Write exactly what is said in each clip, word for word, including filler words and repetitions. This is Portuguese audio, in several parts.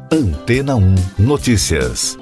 Antena um Notícias.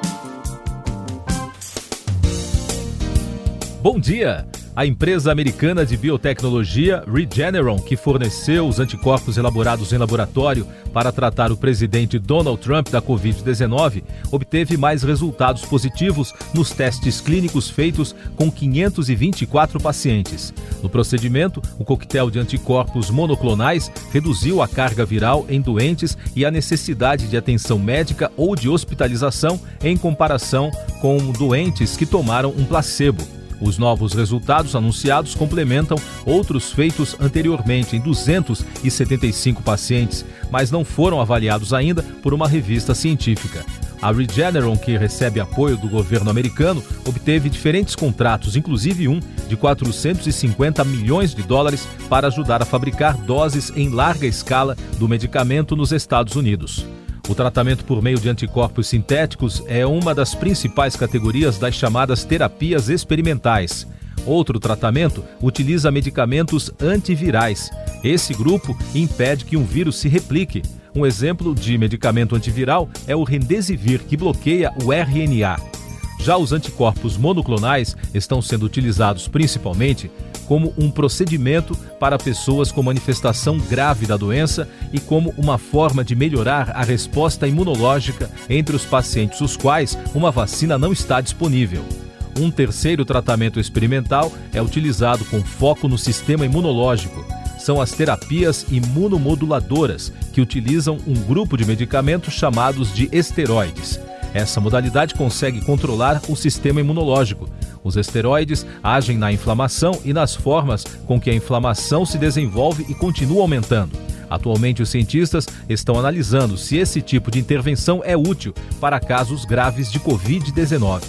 Bom dia! A empresa americana de biotecnologia Regeneron, que forneceu os anticorpos elaborados em laboratório para tratar o presidente Donald Trump da covid dezenove, obteve mais resultados positivos nos testes clínicos feitos com quinhentos e vinte e quatro pacientes. No procedimento, o coquetel de anticorpos monoclonais reduziu a carga viral em doentes e a necessidade de atenção médica ou de hospitalização em comparação com doentes que tomaram um placebo. Os novos resultados anunciados complementam outros feitos anteriormente em duzentos e setenta e cinco pacientes, mas não foram avaliados ainda por uma revista científica. A Regeneron, que recebe apoio do governo americano, obteve diferentes contratos, inclusive um de quatrocentos e cinquenta milhões de dólares para ajudar a fabricar doses em larga escala do medicamento nos Estados Unidos. O tratamento por meio de anticorpos sintéticos é uma das principais categorias das chamadas terapias experimentais. Outro tratamento utiliza medicamentos antivirais. Esse grupo impede que um vírus se replique. Um exemplo de medicamento antiviral é o Remdesivir, que bloqueia o R N A. Já os anticorpos monoclonais estão sendo utilizados principalmente como um procedimento para pessoas com manifestação grave da doença e como uma forma de melhorar a resposta imunológica entre os pacientes os quais uma vacina não está disponível. Um terceiro tratamento experimental é utilizado com foco no sistema imunológico. São as terapias imunomoduladoras, que utilizam um grupo de medicamentos chamados de esteroides. Essa modalidade consegue controlar o sistema imunológico. Os esteroides agem na inflamação e nas formas com que a inflamação se desenvolve e continua aumentando. Atualmente, os cientistas estão analisando se esse tipo de intervenção é útil para casos graves de covid dezenove.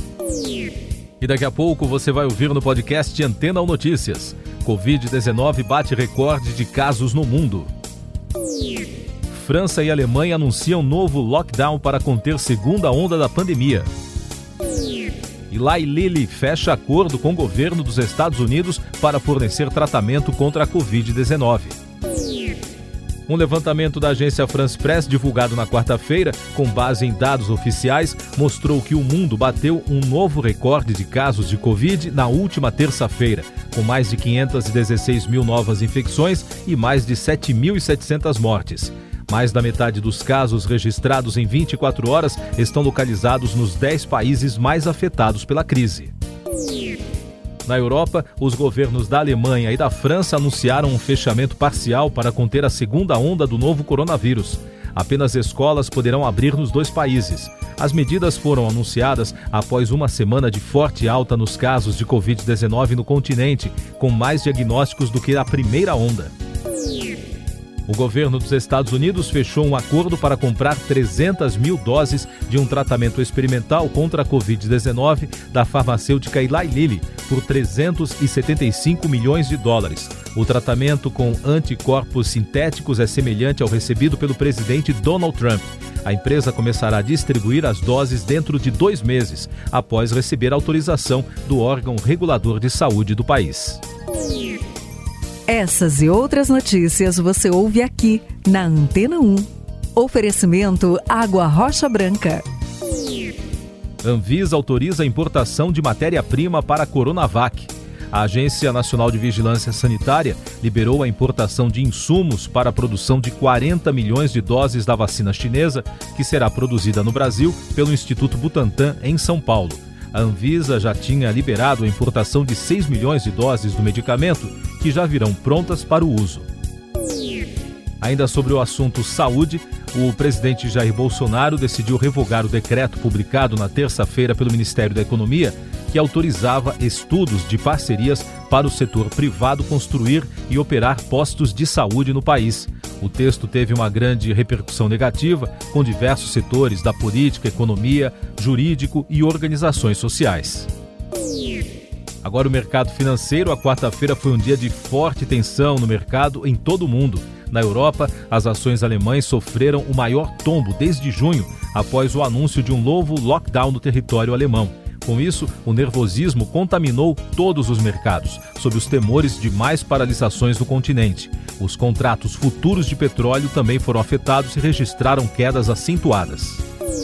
E daqui a pouco você vai ouvir no podcast Antena um Notícias. covid dezenove bate recorde de casos no mundo. França e Alemanha anunciam novo lockdown para conter segunda onda da pandemia. Eli Lilly fecha acordo com o governo dos Estados Unidos para fornecer tratamento contra a covid dezenove. Um levantamento da agência France Press, divulgado na quarta-feira, com base em dados oficiais, mostrou que o mundo bateu um novo recorde de casos de Covid na última terça-feira, com mais de quinhentas e dezesseis mil novas infecções e mais de sete mil e setecentas mortes. Mais da metade dos casos registrados em vinte e quatro horas estão localizados nos dez países mais afetados pela crise. Na Europa, os governos da Alemanha e da França anunciaram um fechamento parcial para conter a segunda onda do novo coronavírus. Apenas escolas poderão abrir nos dois países. As medidas foram anunciadas após uma semana de forte alta nos casos de covid dezenove no continente, com mais diagnósticos do que a primeira onda. O governo dos Estados Unidos fechou um acordo para comprar trezentas mil doses de um tratamento experimental contra a covid dezenove da farmacêutica Eli Lilly por trezentos e setenta e cinco milhões de dólares. O tratamento com anticorpos sintéticos é semelhante ao recebido pelo presidente Donald Trump. A empresa começará a distribuir as doses dentro de dois meses, após receber autorização do órgão regulador de saúde do país. Essas e outras notícias você ouve aqui na Antena um. Oferecimento Água Rocha Branca. Anvisa autoriza a importação de matéria-prima para a Coronavac. A Agência Nacional de Vigilância Sanitária liberou a importação de insumos para a produção de quarenta milhões de doses da vacina chinesa, que será produzida no Brasil pelo Instituto Butantan, em São Paulo. A Anvisa já tinha liberado a importação de seis milhões de doses do medicamento, que já virão prontas para o uso. Ainda sobre o assunto saúde, o presidente Jair Bolsonaro decidiu revogar o decreto publicado na terça-feira pelo Ministério da Economia, que autorizava estudos de parcerias para o setor privado construir e operar postos de saúde no país. O texto teve uma grande repercussão negativa, com diversos setores da política, economia, jurídico e organizações sociais. Agora o mercado financeiro. A quarta-feira foi um dia de forte tensão no mercado em todo o mundo. Na Europa, as ações alemãs sofreram o maior tombo desde junho, após o anúncio de um novo lockdown no território alemão. Com isso, o nervosismo contaminou todos os mercados, sob os temores de mais paralisações no continente. Os contratos futuros de petróleo também foram afetados e registraram quedas acentuadas.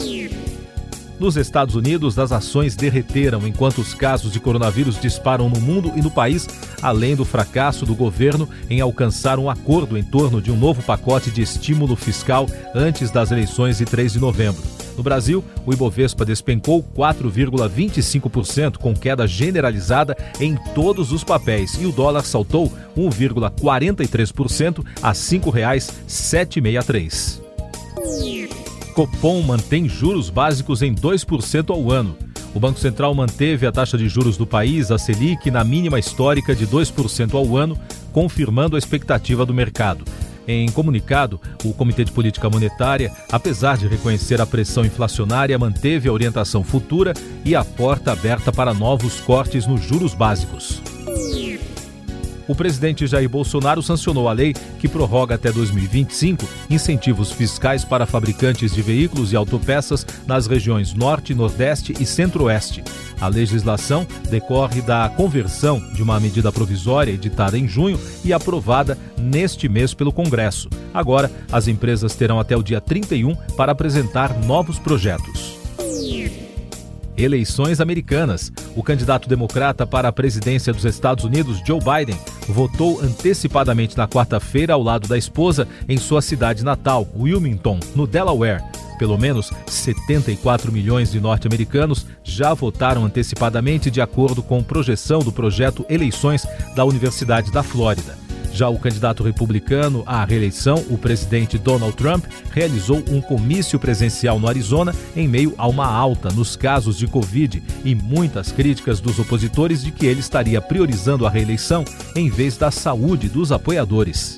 Nos Estados Unidos, as ações derreteram enquanto os casos de coronavírus disparam no mundo e no país, além do fracasso do governo em alcançar um acordo em torno de um novo pacote de estímulo fiscal antes das eleições de três de novembro. No Brasil, o Ibovespa despencou quatro vírgula vinte e cinco por cento, com queda generalizada em todos os papéis, e o dólar saltou um vírgula quarenta e três por cento a cinco reais setecentos e sessenta e três. Copom mantém juros básicos em dois por cento ao ano. O Banco Central manteve a taxa de juros do país, a Selic, na mínima histórica de dois por cento ao ano, confirmando a expectativa do mercado. Em comunicado, o Comitê de Política Monetária, apesar de reconhecer a pressão inflacionária, manteve a orientação futura e a porta aberta para novos cortes nos juros básicos. O presidente Jair Bolsonaro sancionou a lei que prorroga até dois mil e vinte e cinco incentivos fiscais para fabricantes de veículos e autopeças nas regiões Norte, Nordeste e Centro-Oeste. A legislação decorre da conversão de uma medida provisória editada em junho e aprovada neste mês pelo Congresso. Agora, as empresas terão até o dia trinta e um para apresentar novos projetos. Eleições americanas. O candidato democrata para a presidência dos Estados Unidos, Joe Biden, votou antecipadamente na quarta-feira ao lado da esposa em sua cidade natal, Wilmington, no Delaware. Pelo menos setenta e quatro milhões de norte-americanos já votaram antecipadamente, de acordo com projeção do projeto Eleições da Universidade da Flórida. Já o candidato republicano à reeleição, o presidente Donald Trump, realizou um comício presencial no Arizona em meio a uma alta nos casos de Covid e muitas críticas dos opositores de que ele estaria priorizando a reeleição em vez da saúde dos apoiadores.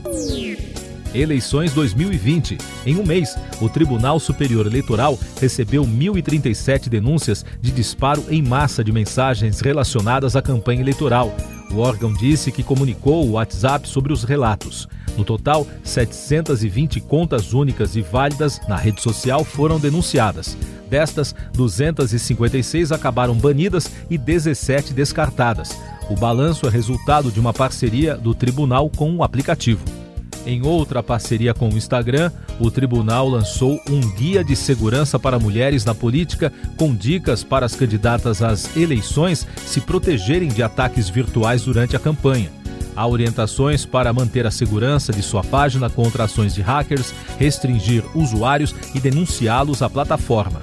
Eleições dois mil e vinte. Em um mês, o Tribunal Superior Eleitoral recebeu mil e trinta e sete denúncias de disparo em massa de mensagens relacionadas à campanha eleitoral. O órgão disse que comunicou o WhatsApp sobre os relatos. No total, setecentas e vinte contas únicas e válidas na rede social foram denunciadas. Destas, duzentas e cinquenta e seis acabaram banidas e dezessete descartadas. O balanço é resultado de uma parceria do tribunal com o aplicativo. Em outra parceria com o Instagram, o tribunal lançou um guia de segurança para mulheres na política com dicas para as candidatas às eleições se protegerem de ataques virtuais durante a campanha. Há orientações para manter a segurança de sua página contra ações de hackers, restringir usuários e denunciá-los à plataforma.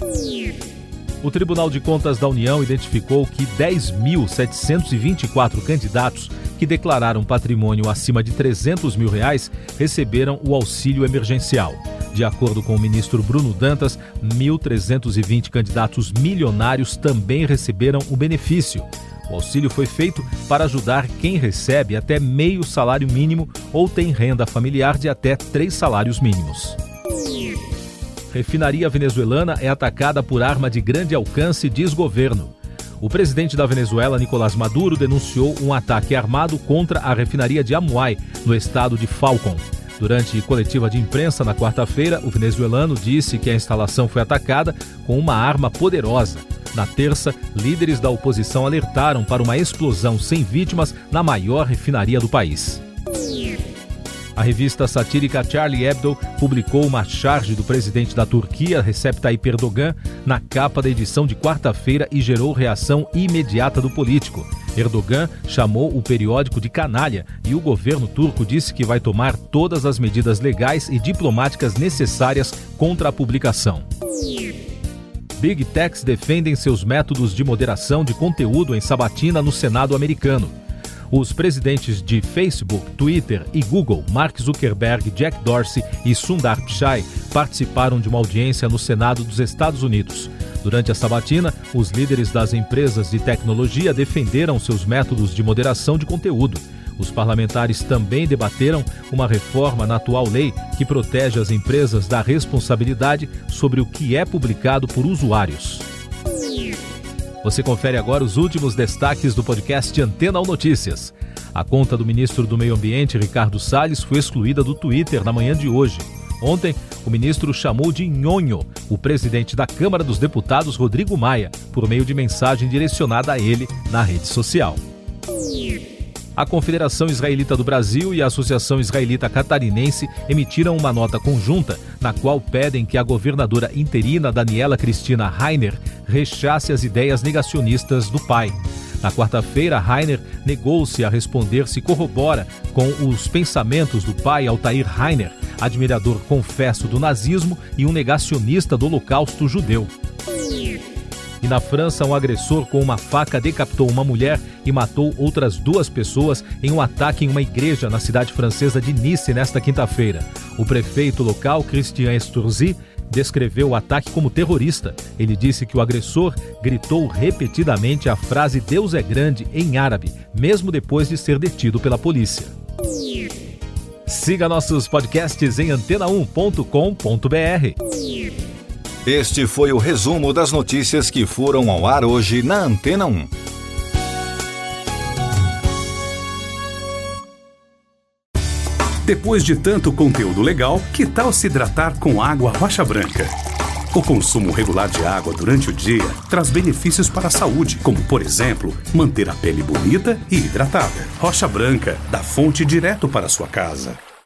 O Tribunal de Contas da União identificou que dez mil setecentos e vinte e quatro candidatos que declararam patrimônio acima de trezentos mil reais receberam o auxílio emergencial. De acordo com o ministro Bruno Dantas, mil trezentos e vinte candidatos milionários também receberam o benefício. O auxílio foi feito para ajudar quem recebe até meio salário mínimo ou tem renda familiar de até três salários mínimos. Refinaria venezuelana é atacada por arma de grande alcance, diz governo. O presidente da Venezuela, Nicolás Maduro, denunciou um ataque armado contra a refinaria de Amuay, no estado de Falcón. Durante coletiva de imprensa na quarta-feira, o venezuelano disse que a instalação foi atacada com uma arma poderosa. Na terça, líderes da oposição alertaram para uma explosão sem vítimas na maior refinaria do país. A revista satírica Charlie Hebdo publicou uma charge do presidente da Turquia, Recep Tayyip Erdogan, na capa da edição de quarta-feira e gerou reação imediata do político. Erdogan chamou o periódico de canalha e o governo turco disse que vai tomar todas as medidas legais e diplomáticas necessárias contra a publicação. Big Techs defendem seus métodos de moderação de conteúdo em sabatina no Senado americano. Os presidentes de Facebook, Twitter e Google, Mark Zuckerberg, Jack Dorsey e Sundar Pichai, participaram de uma audiência no Senado dos Estados Unidos. Durante a sabatina, os líderes das empresas de tecnologia defenderam seus métodos de moderação de conteúdo. Os parlamentares também debateram uma reforma na atual lei que protege as empresas da responsabilidade sobre o que é publicado por usuários. Você confere agora os últimos destaques do podcast Antena um Notícias. A conta do ministro do Meio Ambiente, Ricardo Salles, foi excluída do Twitter na manhã de hoje. Ontem, o ministro chamou de nhonho o presidente da Câmara dos Deputados, Rodrigo Maia, por meio de mensagem direcionada a ele na rede social. A Confederação Israelita do Brasil e a Associação Israelita Catarinense emitiram uma nota conjunta na qual pedem que a governadora interina Daniela Cristina Rainer rechace as ideias negacionistas do pai. Na quarta-feira, Rainer negou-se a responder se corrobora com os pensamentos do pai Altair Rainer, admirador confesso do nazismo e um negacionista do Holocausto judeu. E na França, um agressor com uma faca decapitou uma mulher e matou outras duas pessoas em um ataque em uma igreja na cidade francesa de Nice nesta quinta-feira. O prefeito local, Christian Estrosi, descreveu o ataque como terrorista. Ele disse que o agressor gritou repetidamente a frase "Deus é grande" em árabe, mesmo depois de ser detido pela polícia. Siga nossos podcasts em antena um ponto com ponto b r. Este foi o resumo das notícias que foram ao ar hoje na Antena um. Depois de tanto conteúdo legal, que tal se hidratar com água Rocha Branca? O consumo regular de água durante o dia traz benefícios para a saúde, como, por exemplo, manter a pele bonita e hidratada. Rocha Branca, da fonte direto para a sua casa.